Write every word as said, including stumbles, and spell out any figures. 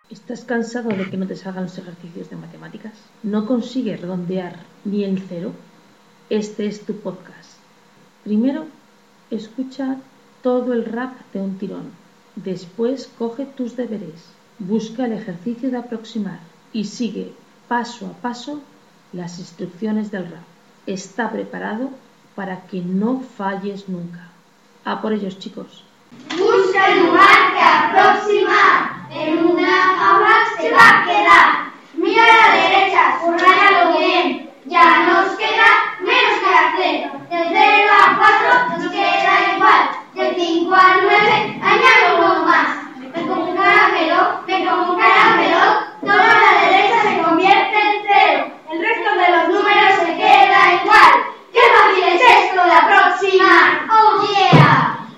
¿Estás cansado de que no te salgan los ejercicios de matemáticas? ¿No consigues redondear ni el cero? Este es tu podcast. Primero, escucha todo el rap de un tirón. Después, coge tus deberes. Busca el ejercicio de aproximar y sigue paso a paso las instrucciones del rap. Está preparado para que no falles nunca. A por ellos, chicos. Busca el lugar que aproximar. El